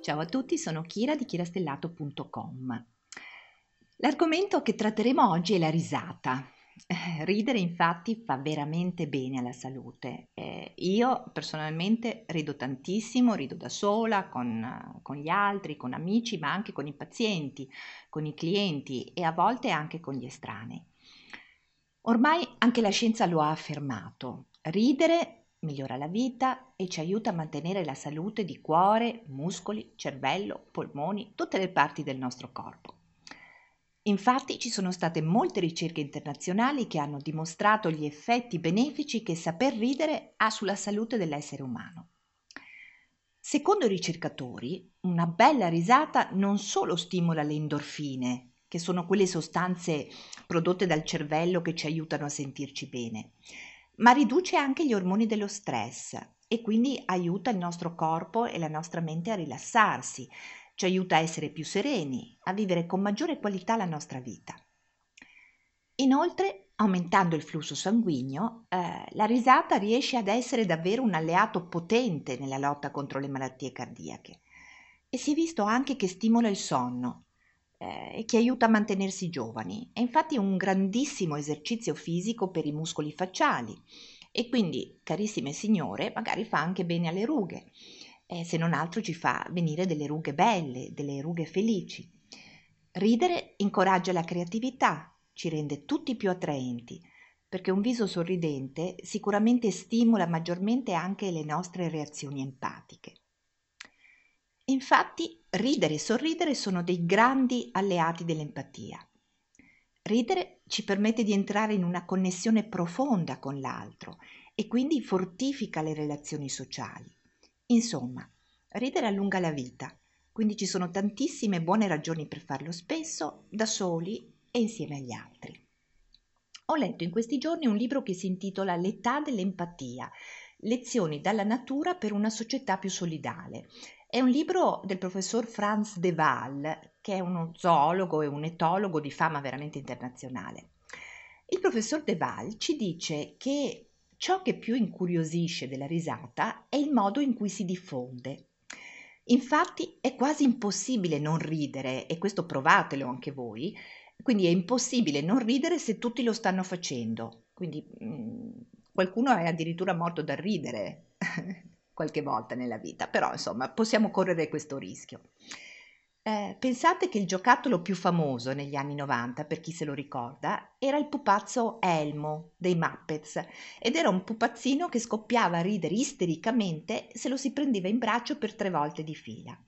Ciao a tutti, sono Kira di kirastellato.com. L'argomento che tratteremo oggi è la risata. Ridere infatti fa veramente bene alla salute. Io personalmente rido tantissimo, rido da sola, con gli altri, con amici, ma anche con i pazienti, con i clienti e a volte anche con gli estranei. Ormai anche la scienza lo ha affermato. Ridere migliora la vita e ci aiuta a mantenere la salute di cuore, muscoli, cervello, polmoni, tutte le parti del nostro corpo. Infatti ci sono state molte ricerche internazionali che hanno dimostrato gli effetti benefici che saper ridere ha sulla salute dell'essere umano. Secondo i ricercatori, una bella risata non solo stimola le endorfine, che sono quelle sostanze prodotte dal cervello che ci aiutano a sentirci bene, ma riduce anche gli ormoni dello stress e quindi aiuta il nostro corpo e la nostra mente a rilassarsi, ci aiuta a essere più sereni, a vivere con maggiore qualità la nostra vita. Inoltre, aumentando il flusso sanguigno, la risata riesce ad essere davvero un alleato potente nella lotta contro le malattie cardiache e si è visto anche che stimola il sonno e che aiuta a mantenersi giovani. È infatti un grandissimo esercizio fisico per i muscoli facciali e quindi, carissime signore, magari fa anche bene alle rughe. Se non altro ci fa venire delle rughe belle, delle rughe felici. Ridere incoraggia la creatività, ci rende tutti più attraenti, perché un viso sorridente sicuramente stimola maggiormente anche le nostre reazioni empatiche. Infatti, ridere e sorridere sono dei grandi alleati dell'empatia. Ridere ci permette di entrare in una connessione profonda con l'altro e quindi fortifica le relazioni sociali. Insomma, ridere allunga la vita, quindi ci sono tantissime buone ragioni per farlo spesso, da soli e insieme agli altri. Ho letto in questi giorni un libro che si intitola L'età dell'empatia, lezioni dalla natura per una società più solidale. È un libro del professor Franz de Waal, che è uno zoologo e un etologo di fama veramente internazionale. Il professor de Waal ci dice che ciò che più incuriosisce della risata è il modo in cui si diffonde. Infatti è quasi impossibile non ridere, e questo provatelo anche voi, quindi è impossibile non ridere se tutti lo stanno facendo. Quindi qualcuno è addirittura morto dal ridere qualche volta nella vita, però insomma possiamo correre questo rischio. Pensate che il giocattolo più famoso negli anni 90, per chi se lo ricorda, era il pupazzo Elmo dei Muppets ed era un pupazzino che scoppiava a ridere istericamente se lo si prendeva in braccio per 3 volte di fila.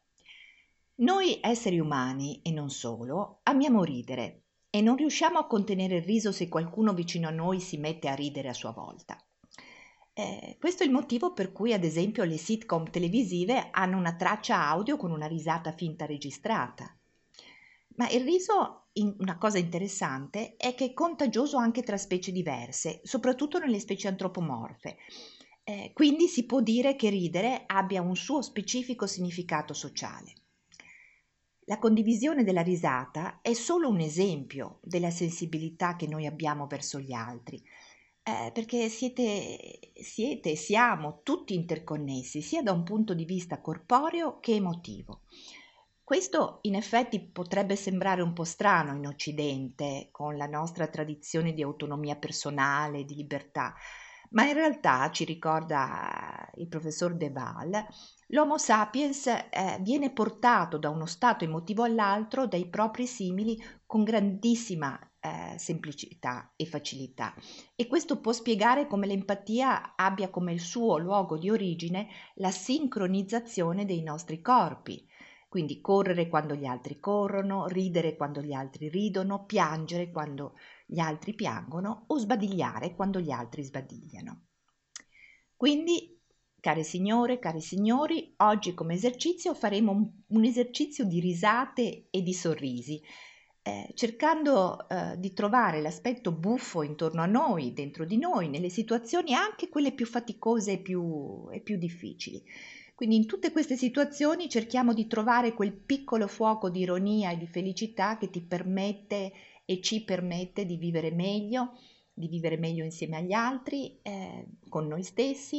Noi esseri umani, e non solo, amiamo ridere e non riusciamo a contenere il riso se qualcuno vicino a noi si mette a ridere a sua volta. Questo è il motivo per cui, ad esempio, le sitcom televisive hanno una traccia audio con una risata finta registrata. Ma il riso, una cosa interessante, è che è contagioso anche tra specie diverse, soprattutto nelle specie antropomorfe. Quindi si può dire che ridere abbia un suo specifico significato sociale. La condivisione della risata è solo un esempio della sensibilità che noi abbiamo verso gli altri, perché siete e siamo tutti interconnessi, sia da un punto di vista corporeo che emotivo. Questo in effetti potrebbe sembrare un po' strano in Occidente, con la nostra tradizione di autonomia personale, di libertà, ma in realtà, ci ricorda il professor De Waal, l'Homo sapiens viene portato da uno stato emotivo all'altro dai propri simili con grandissima semplicità e facilità. E questo può spiegare come l'empatia abbia come il suo luogo di origine la sincronizzazione dei nostri corpi. Quindi correre quando gli altri corrono, ridere quando gli altri ridono, piangere quando gli altri piangono o sbadigliare quando gli altri sbadigliano. Quindi, care signore, cari signori, oggi come esercizio faremo un esercizio di risate e di sorrisi, cercando di trovare l'aspetto buffo intorno a noi, dentro di noi, nelle situazioni anche quelle più faticose e più difficili. Quindi in tutte queste situazioni cerchiamo di trovare quel piccolo fuoco di ironia e di felicità che ti permette e ci permette di vivere meglio insieme agli altri, con noi stessi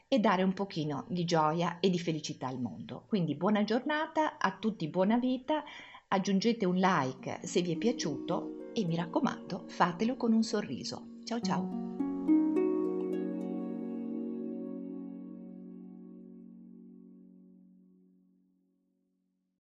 e dare un pochino di gioia e di felicità al mondo. Quindi buona giornata, a tutti buona vita, aggiungete un like se vi è piaciuto e mi raccomando, fatelo con un sorriso. Ciao ciao!